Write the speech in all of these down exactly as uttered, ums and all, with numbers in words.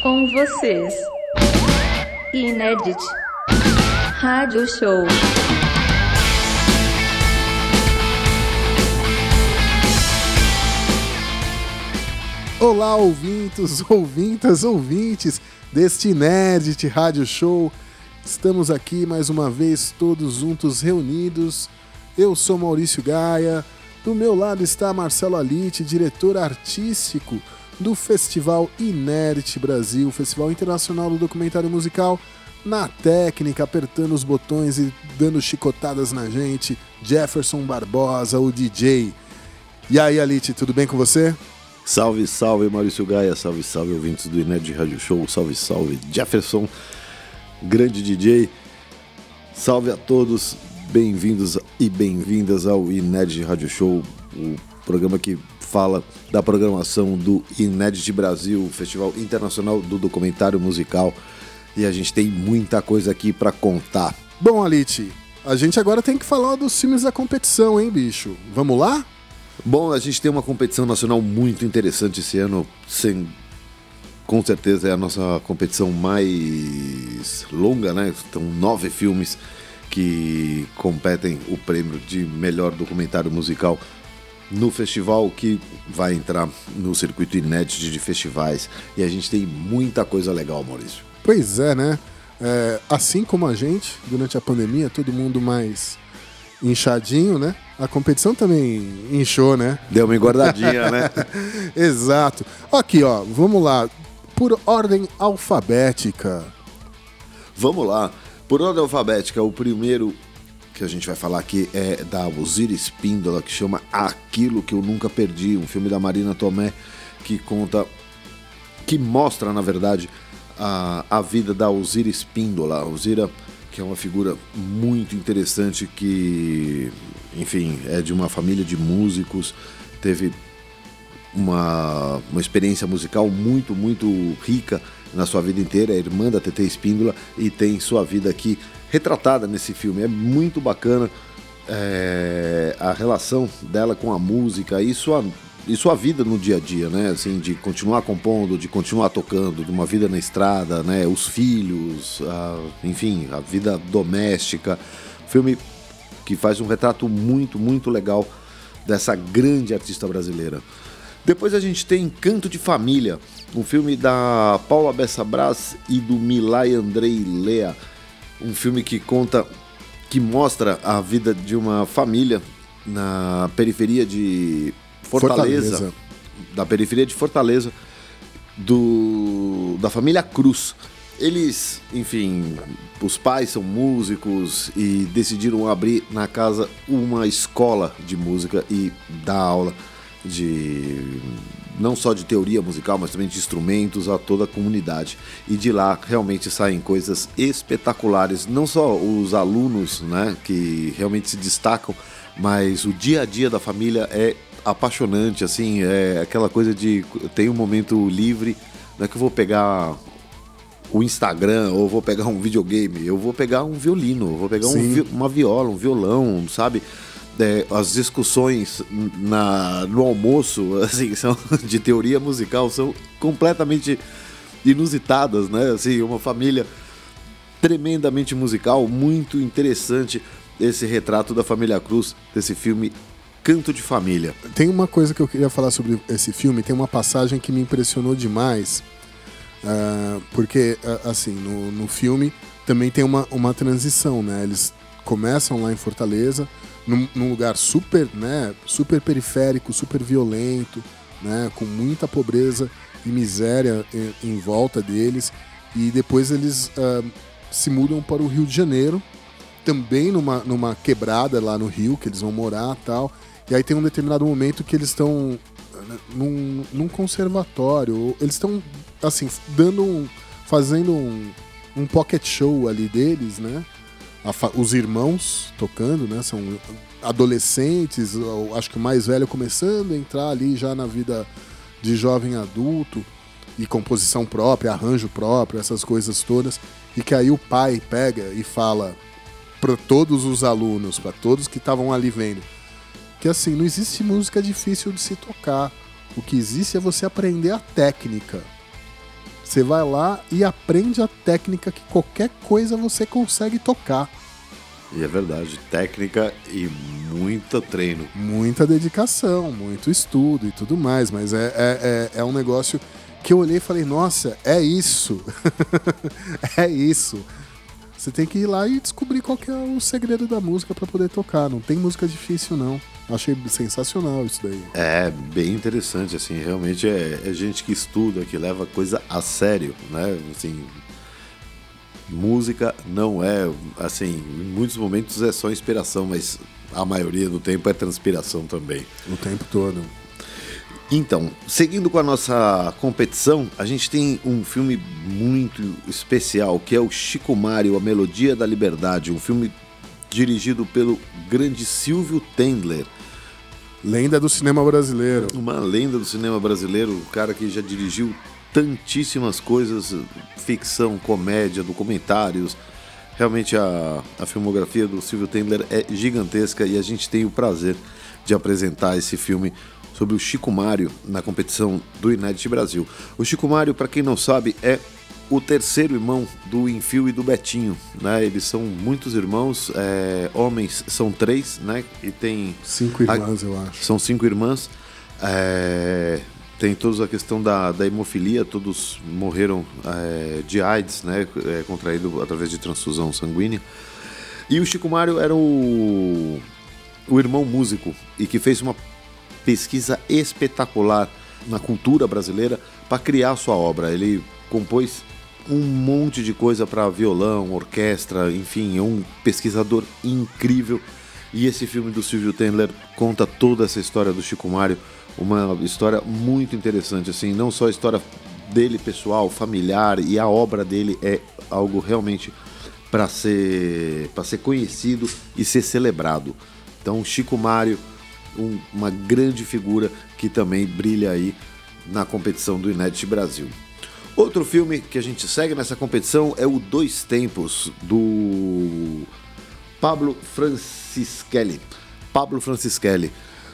Com vocês, Inédit Rádio Show. Olá, ouvintos, ouvintas, ouvintes deste Inédit Rádio Show. Estamos aqui mais uma vez, todos juntos, reunidos. Eu sou Maurício Gaia. Do meu lado está Marcelo Alite, diretor artístico do Festival Inédit Brasil, Festival Internacional do Documentário Musical. Na técnica, apertando os botões e dando chicotadas na gente, Jefferson Barbosa, o D J. E aí, Alite, tudo bem com você? Salve, salve, Maurício Gaia, salve, salve, ouvintes do Inédit Rádio Show, salve, salve, Jefferson, grande D J, salve a todos, bem-vindos e bem-vindas ao Inédit Rádio Show, o programa que fala da programação do Inédit Brasil, Festival Internacional do Documentário Musical, e a gente tem muita coisa aqui pra contar. Bom, Alite, a gente agora tem que falar dos filmes da competição, hein, bicho? Vamos lá? Bom, a gente tem uma competição nacional muito interessante esse ano, sem, com certeza é a nossa competição mais longa, né? São nove filmes que competem o prêmio de melhor documentário musical no festival, que vai entrar no circuito Inédit de festivais, e a gente tem muita coisa legal, Maurício. Pois é, né? É, assim como a gente, durante a pandemia, todo mundo mais inchadinho, né? A competição também inchou, né? Deu uma engordadinha, né? Exato. Aqui, ó, vamos lá. Por ordem alfabética. Vamos lá. Por ordem alfabética, o primeiro que a gente vai falar aqui é da Alzira Espíndola, que chama Aquilo Que Eu Nunca Perdi, um filme da Marina Tomé, que conta, que mostra, na verdade, a, a vida da Alzira Espíndola. A Alzira, que é uma figura muito interessante, que, enfim, é de uma família de músicos, teve uma, uma experiência musical muito, muito rica na sua vida inteira, é irmã da Tetê Espíndola e tem sua vida aqui retratada nesse filme. É muito bacana é, a relação dela com a música e sua, e sua vida no dia a dia, né? Assim, de continuar compondo, de continuar tocando, de uma vida na estrada, né? Os filhos, a, enfim, a vida doméstica. Filme que faz um retrato muito, muito legal dessa grande artista brasileira. Depois a gente tem Canto de Família, um filme da Paula Bessa Brás e do Milay Andrei Lea, um filme que conta, que mostra a vida de uma família na periferia de Fortaleza, Fortaleza. da periferia de Fortaleza, do, da família Cruz. Eles, enfim, os pais são músicos e decidiram abrir na casa uma escola de música e dar aula de não só de teoria musical, mas também de instrumentos a toda a comunidade. E de lá realmente saem coisas espetaculares, não só os alunos, né, que realmente se destacam, mas o dia a dia da família é apaixonante, assim, é aquela coisa de tem um momento livre, não é que eu vou pegar o Instagram ou vou pegar um videogame, eu vou pegar um violino, eu vou pegar um vi- uma viola, um violão, sabe? É, as discussões na, no almoço, assim, são, de teoria musical, são completamente inusitadas, né? Assim, uma família tremendamente musical, muito interessante esse retrato da família Cruz, desse filme Canto de Família. Tem uma coisa que eu queria falar sobre esse filme, tem uma passagem que me impressionou demais, uh, porque, uh, assim, no, no filme também tem uma, uma transição, né? Eles começam lá em Fortaleza, num, num lugar super, né, super periférico, super violento, né, com muita pobreza e miséria em, em volta deles, e depois eles uh, se mudam para o Rio de Janeiro, também numa, numa quebrada lá no Rio, que eles vão morar e tal, e aí tem um determinado momento que eles estão num, num conservatório, eles estão, assim, dando um, fazendo um, um pocket show ali deles, né, os irmãos tocando, né? São adolescentes, acho que o mais velho começando a entrar ali já na vida de jovem adulto, e composição própria, arranjo próprio, essas coisas todas, e que aí o pai pega e fala para todos os alunos, para todos que estavam ali vendo, que assim, não existe música difícil de se tocar, o que existe é você aprender a técnica. Você vai lá e aprende a técnica que qualquer coisa você consegue tocar. E é verdade, técnica e muito treino. Muita dedicação, muito estudo e tudo mais, mas é, é, é, é um negócio que eu olhei e falei, nossa, é isso. É isso. Você tem que ir lá e descobrir qual que é o segredo da música para poder tocar. Não tem música difícil, não. Achei sensacional isso daí. É bem interessante, assim, realmente é, é gente que estuda, que leva a coisa a sério, né? Assim, música não é, assim, em muitos momentos é só inspiração, mas a maioria do tempo é transpiração também. O tempo todo. Então, seguindo com a nossa competição, a gente tem um filme muito especial, que é o Chico Mário, A Melodia da Liberdade, um filme dirigido pelo grande Silvio Tendler. Lenda do cinema brasileiro. Uma lenda do cinema brasileiro, um cara que já dirigiu tantíssimas coisas, ficção, comédia, documentários. Realmente a, a filmografia do Silvio Tendler é gigantesca e a gente tem o prazer de apresentar esse filme sobre o Chico Mário na competição do Inédit Brasil. O Chico Mário, para quem não sabe, é o terceiro irmão do Enfio e do Betinho, né? Eles são muitos irmãos, é, homens são três, né? E tem cinco irmãs, a, eu acho. São cinco irmãs. É, tem toda a questão da, da hemofilia, todos morreram é, de AIDS, né? É, contraído através de transfusão sanguínea. E o Chico Mário era o, o irmão músico e que fez uma pesquisa espetacular na cultura brasileira para criar sua obra. Ele compôs um monte de coisa para violão, orquestra, enfim, é um pesquisador incrível. E esse filme do Silvio Tendler conta toda essa história do Chico Mário, uma história muito interessante, assim, não só a história dele pessoal, familiar, e a obra dele é algo realmente para ser, para ser conhecido e ser celebrado. Então, Chico Mário, um, uma grande figura que também brilha aí na competição do Inédit Brasil. Outro filme que a gente segue nessa competição é o Dois Tempos, do Pablo Francischelli. Pablo Francischelli,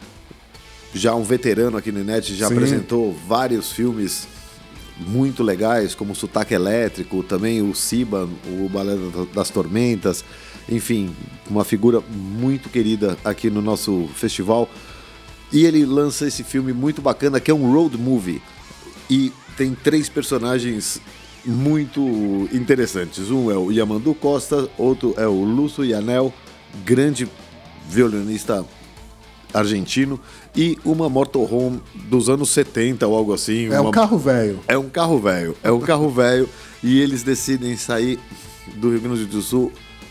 já um veterano aqui no Inédit, já Sim. apresentou vários filmes muito legais, como Sotaque Elétrico, também o Siba, o Balé das Tormentas, enfim, uma figura muito querida aqui no nosso festival. E ele lança esse filme muito bacana, que é um road movie. E tem três personagens muito interessantes. Um é o Yamandu Costa, outro é o Lúcio Yanel, grande violinista argentino, e uma motorhome dos anos setenta ou algo assim. É uma... um carro velho. É um carro velho. É um carro velho. E eles decidem sair do Rio Grande do Sul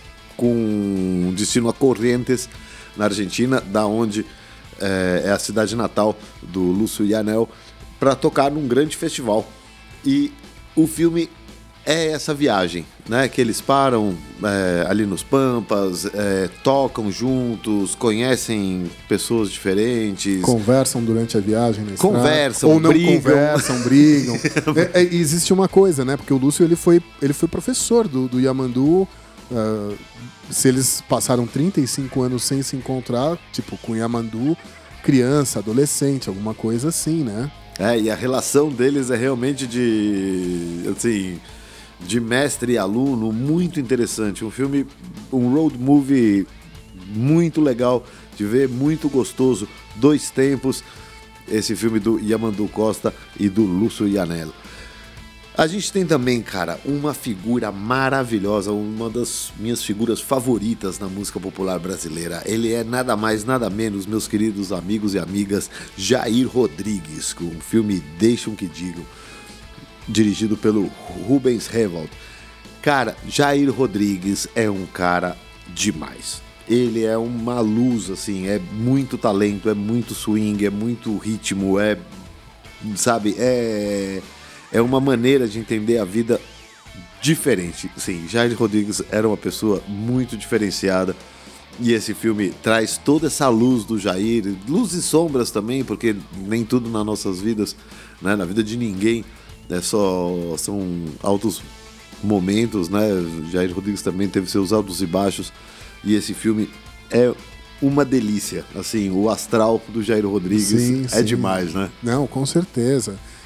com destino a Corrientes, na Argentina, da onde é, é a cidade natal do Lúcio Yanel, para tocar num grande festival. E o filme é essa viagem, né? Que eles param é, ali nos Pampas, é, tocam juntos, conhecem pessoas diferentes. Conversam durante a viagem na estrada. Conversam, ou não brigam. conversam, brigam. é, é, existe uma coisa, né? Porque o Lúcio ele foi, ele foi professor do, do Yamandu. Uh, se eles passaram trinta e cinco anos sem se encontrar, tipo, com o Yamandu, criança, adolescente, alguma coisa assim, né? É, e a relação deles é realmente de, assim, de mestre e aluno, muito interessante. Um filme, um road movie muito legal de ver, muito gostoso. Dois Tempos, esse filme do Yamandu Costa e do Lúcio Yanel. A gente tem também, cara, uma figura maravilhosa, uma das minhas figuras favoritas na música popular brasileira. Ele é nada mais, nada menos, meus queridos amigos e amigas, Jair Rodrigues, com o filme Deixam que Digam, dirigido pelo Rubens Revolt. Cara, Jair Rodrigues é um cara demais. Ele é uma luz, assim, é muito talento, é muito swing, é muito ritmo, é, sabe, é... É uma maneira de entender a vida diferente. Sim, Jair Rodrigues era uma pessoa muito diferenciada. E esse filme traz toda essa luz do Jair, luz e sombras também, porque nem tudo nas nossas vidas, né, na vida de ninguém, é só, são altos momentos, né? Jair Rodrigues também teve seus altos e baixos. E esse filme é uma delícia. Assim, o astral do Jair Rodrigues sim, é sim. demais, né? Não, com certeza.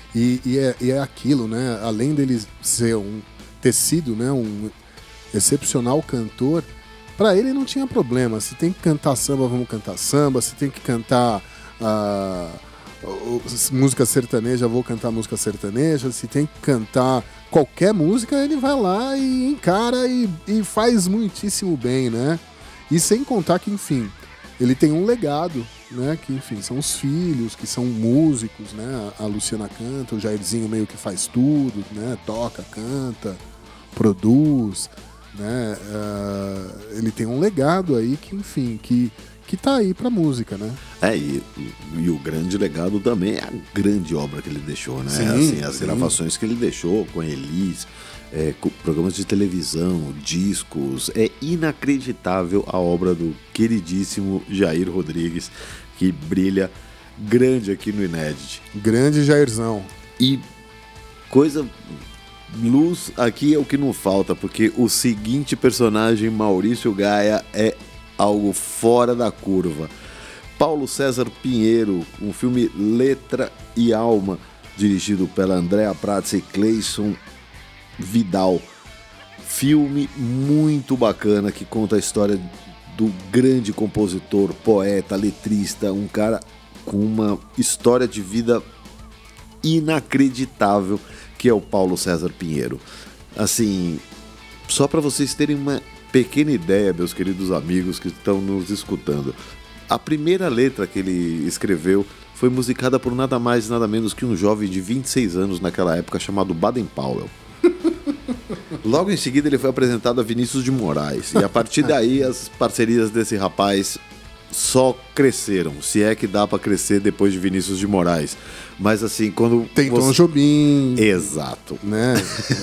E, e, é, e é aquilo, né? Além dele ser um ter sido, né, um excepcional cantor, para ele não tinha problema. Se tem que cantar samba, vamos cantar samba. Se tem que cantar uh, música sertaneja, vou cantar música sertaneja. Se tem que cantar qualquer música, ele vai lá e encara e, e faz muitíssimo bem, né? E sem contar que, enfim, ele tem um legado, né? Que, enfim, são os filhos, que são músicos, né? A Luciana canta, o Jairzinho meio que faz tudo, né? Toca, canta, produz, né? Uh, ele tem um legado aí que, enfim, que, que tá aí pra música, né? É, e, e o grande legado também é a grande obra que ele deixou, né? Sim, assim, as sim. gravações que ele deixou com a Elis, é, com programas de televisão, discos. É inacreditável a obra do queridíssimo Jair Rodrigues, que brilha grande aqui no Inédit. Grande Jairzão. E coisa... luz aqui é o que não falta, porque o seguinte personagem, Maurício Gaia, é algo fora da curva. Paulo César Pinheiro, um filme Letra e Alma, dirigido pela Andréa Prats e Cleison Vidal. Filme muito bacana que conta a história do grande compositor, poeta, letrista, um cara com uma história de vida inacreditável, que é o Paulo César Pinheiro. Assim, só para vocês terem uma pequena ideia, meus queridos amigos que estão nos escutando, a primeira letra que ele escreveu foi musicada por nada mais nada menos que um jovem de vinte e seis anos naquela época chamado Baden Powell. Logo em seguida ele foi apresentado a Vinícius de Moraes, e a partir daí as parcerias desse rapaz só cresceram, se é que dá pra crescer depois de Vinícius de Moraes. Mas assim, quando... Tem você... Tom Jobim. Exato. Né?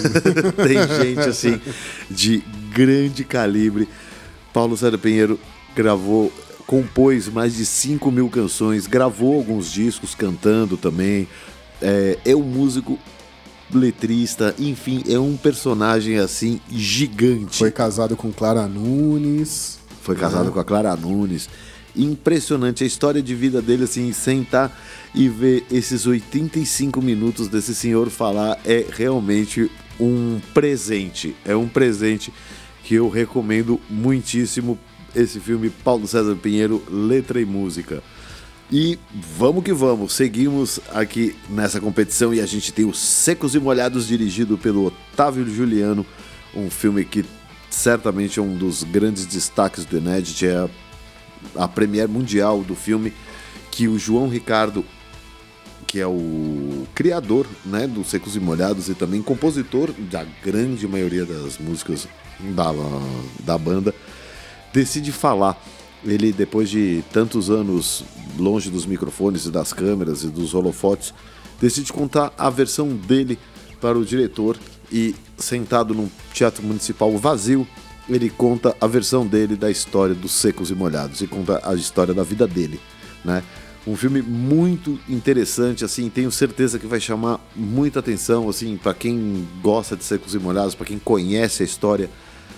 Tem gente assim, de grande calibre. Paulo César Pinheiro gravou, compôs mais de cinco mil canções, gravou alguns discos cantando também. É, é um músico, letrista, enfim, é um personagem assim, gigante. Foi casado com Clara Nunes. Foi casado É. com a Clara Nunes. Impressionante a história de vida dele, assim, sentar e ver esses oitenta e cinco minutos desse senhor falar é realmente um presente. É um presente que eu recomendo muitíssimo, esse filme Paulo César Pinheiro, Letra e Música. E vamos que vamos, seguimos aqui nessa competição e a gente tem os Secos e Molhados, dirigido pelo Otávio Juliano, um filme que certamente é um dos grandes destaques do Inédit, é a, a premiere mundial do filme, que o João Ricardo, que é o criador, né, dos Secos e Molhados e também compositor da grande maioria das músicas da, da banda, decide falar. Ele, depois de tantos anos longe dos microfones e das câmeras e dos holofotes, decide contar a versão dele para o diretor e, sentado num teatro municipal vazio, ele conta a versão dele da história dos Secos e Molhados e conta a história da vida dele, né? Um filme muito interessante, assim, tenho certeza que vai chamar muita atenção, assim, para quem gosta de Secos e Molhados, para quem conhece a história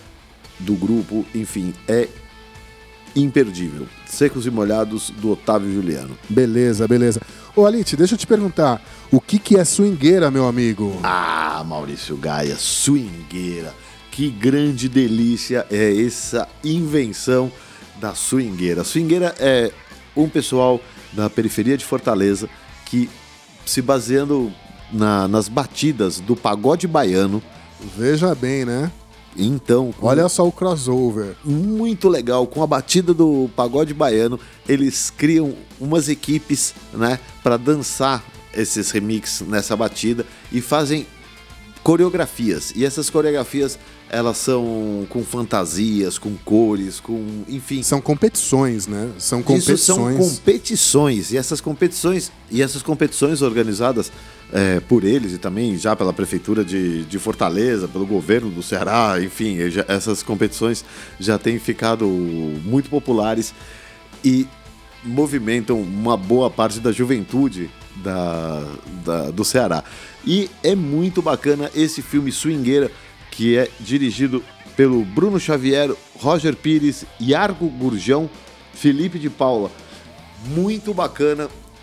do grupo, enfim, é imperdível. Secos e Molhados, do Otávio Juliano. Beleza, beleza. Ô, Alite, deixa eu te perguntar, o que que é swingueira, meu amigo? Ah, Maurício Gaia, swingueira. Que grande delícia é essa invenção da swingueira. Swingueira é um pessoal da periferia de Fortaleza que, se baseando na, nas batidas do pagode baiano, Veja bem, né? então, com- Olha só o crossover. muito legal, com a batida do pagode baiano, eles criam umas equipes, né, para dançar esses remixes nessa batida e fazem coreografias. E essas coreografias, elas são com fantasias, com cores, com, enfim, São competições, né? São isso são competições. competições, e essas competições e essas competições organizadas é, por eles e também já pela prefeitura de, de Fortaleza, pelo governo do Ceará, enfim, já- essas competições já têm ficado muito populares e movimentam uma boa parte da juventude da, da- do Ceará. E é muito bacana esse filme Swingueira, que é dirigido pelo Bruno Xavier, Roger Pires, Iargo Gurjão, Felipe de Paula. Muito bacana,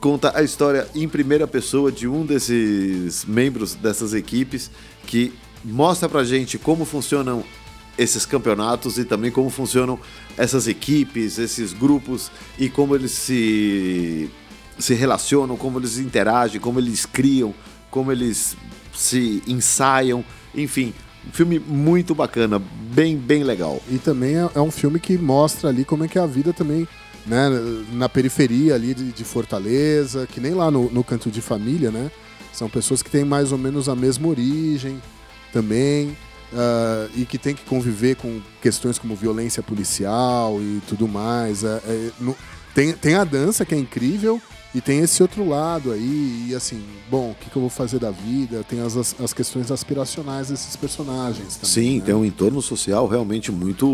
conta a história em primeira pessoa de um desses membros dessas equipes, que mostra pra gente como funcionam esses campeonatos e também como funcionam essas equipes, esses grupos e como eles se, se relacionam, como eles interagem, como eles criam, como eles se ensaiam, enfim, um filme muito bacana, bem, bem legal. E também é, é um filme que mostra ali como é que é a vida também, né, na periferia ali de, de Fortaleza, que nem lá no, no Canto de Família, né? São pessoas que têm mais ou menos a mesma origem também, uh, e que tem que conviver com questões como violência policial e tudo mais. É, é, no, tem, tem a dança, que é incrível, e tem esse outro lado aí, e assim, bom, o que, que eu vou fazer da vida? Tem as, as questões aspiracionais desses personagens também. Sim, né? Tem um entorno social realmente muito,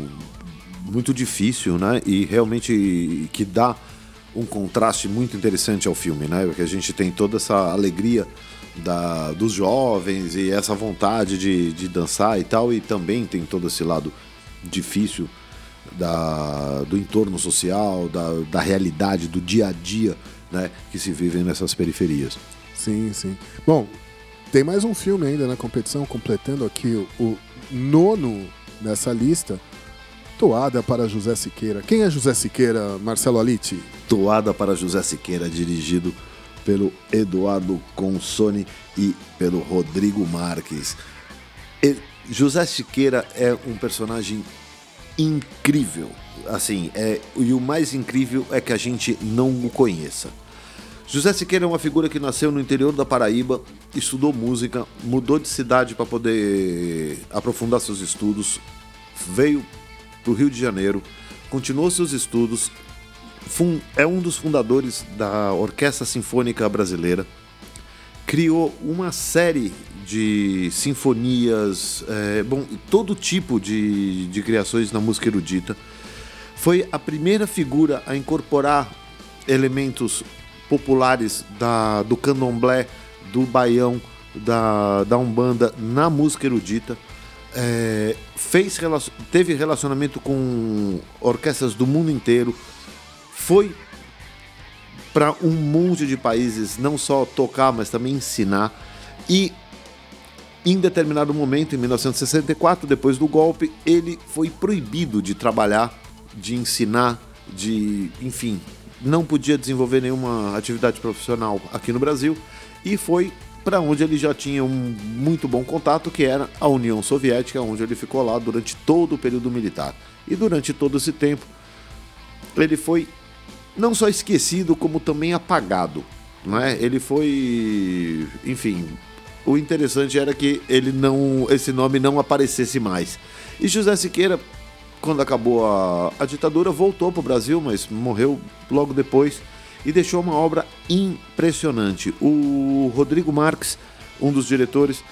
muito difícil, né? E realmente que dá um contraste muito interessante ao filme, né? Porque a gente tem toda essa alegria da, dos jovens e essa vontade de, de dançar e tal, e também tem todo esse lado difícil da, do entorno social, da, da realidade, do dia a dia, né, que se vivem nessas periferias. Sim, sim. Bom, tem mais um filme ainda na competição, completando aqui o, o nono nessa lista, Toada para José Siqueira. Quem é José Siqueira, Marcelo Aliti? Toada para José Siqueira, dirigido pelo Eduardo Consoni e pelo Rodrigo Marques. E José Siqueira é um personagem incrível, assim, é, e o mais incrível é que a gente não o conheça. José Siqueira é uma figura que nasceu no interior da Paraíba, estudou música, mudou de cidade para poder aprofundar seus estudos, veio para o Rio de Janeiro, continuou seus estudos, fun- é um dos fundadores da Orquestra Sinfônica Brasileira, criou uma série de sinfonias, é, bom, todo tipo de, de criações na música erudita. Foi a primeira figura a incorporar elementos populares da, do candomblé, do baião, da, da umbanda na música erudita. É, fez, teve relacionamento com orquestras do mundo inteiro, foi para um monte de países, não só tocar, mas também ensinar. E em determinado momento, em mil novecentos e sessenta e quatro, depois do golpe, ele foi proibido de trabalhar, de ensinar, de, enfim, não podia desenvolver nenhuma atividade profissional aqui no Brasil, e foi para onde ele já tinha um muito bom contato, que era a União Soviética, onde ele ficou lá durante todo o período militar. E durante todo esse tempo, ele foi não só esquecido, como também apagado, né? Ele foi, enfim, o interessante era que ele não, esse nome não aparecesse mais. E José Siqueira, quando acabou a, a ditadura, voltou para o Brasil, mas morreu logo depois, e deixou uma obra impressionante. O Rodrigo Marques, um dos diretores,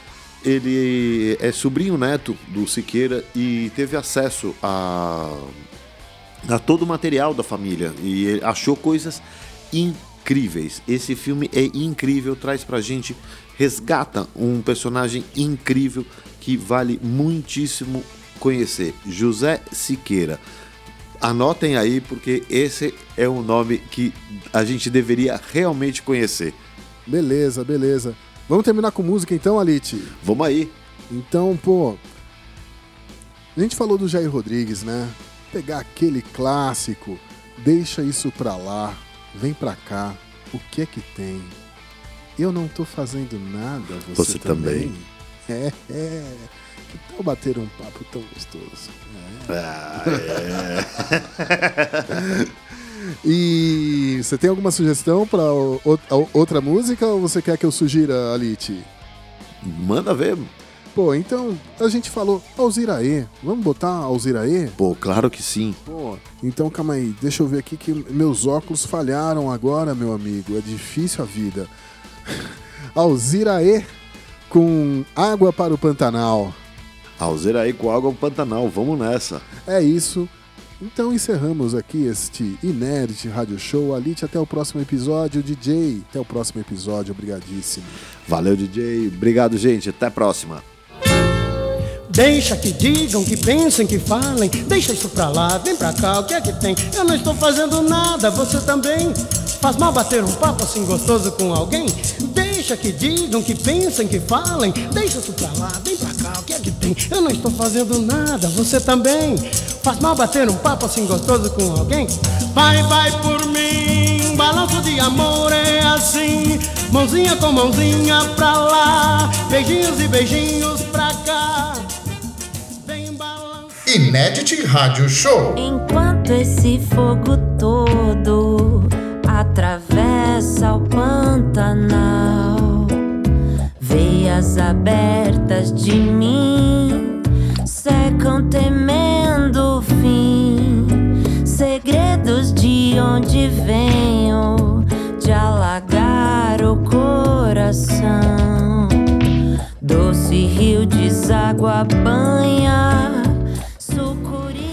ele é sobrinho neto do Siqueira e teve acesso a, a todo o material da família e ele achou coisas incríveis. Esse filme é incrível, traz pra gente, resgata um personagem incrível que vale muitíssimo conhecer. José Siqueira. Anotem aí, porque esse é um nome que a gente deveria realmente conhecer. Beleza, beleza. Vamos terminar com música então, Aliti? Vamos aí. Então, pô, a gente falou do Jair Rodrigues, né? Pegar aquele clássico, deixa isso pra lá, vem pra cá, o que é que tem? Eu não tô fazendo nada, você, Você também? também. É, é. Que tal bater um papo tão gostoso? É. Ah, é. E você tem alguma sugestão para outra música ou você quer que eu sugira, Aliti? Manda ver. Pô, então a gente falou Alziraê. Vamos botar Alziraê? Pô, claro que sim. Pô, então calma aí, deixa eu ver aqui que meus óculos falharam agora, meu amigo. É difícil a vida. Alziraê com Água para o Pantanal. Alziraê com Água para o Pantanal, vamos nessa. É isso. Então encerramos aqui este Inerd Radio Show. Alite, até o próximo episódio. D J, até o próximo episódio. Obrigadíssimo. Valeu, D J. Obrigado, gente. Até a próxima. Deixa que digam, que pensem, que falem. Deixa isso pra lá, vem pra cá, o que é que tem? Eu não estou fazendo nada, você também. Faz mal bater um papo assim gostoso com alguém? Deixa que digam, que pensem, que falem. Deixa isso pra lá, vem pra cá, o que é que tem? Eu não estou fazendo nada, você também. Faz mal bater um papo assim gostoso com alguém? Vai, vai por mim, balanço de amor é assim. Mãozinha com mãozinha pra lá, beijinhos e beijinhos pra cá. Vem balançar. Inédit Rádio Show. Enquanto esse fogo todo atravessa o Pantanal, veias abertas de mim secam temendo o fim. Segredos de onde venho de alagar o coração. Doce rio deságua banha sucuri.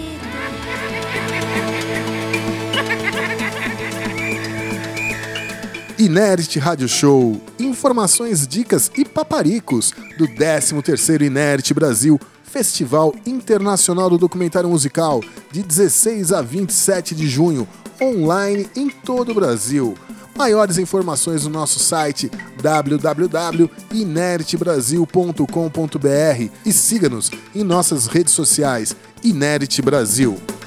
Inédit Rádio Show, informações, dicas e paparicos do décimo terceiro Inédit Brasil, Festival Internacional do Documentário Musical, de dezesseis a vinte e sete de junho, online em todo o Brasil. Maiores informações no nosso site w w w ponto inédit brasil ponto com ponto b r e siga-nos em nossas redes sociais Inédit Brasil.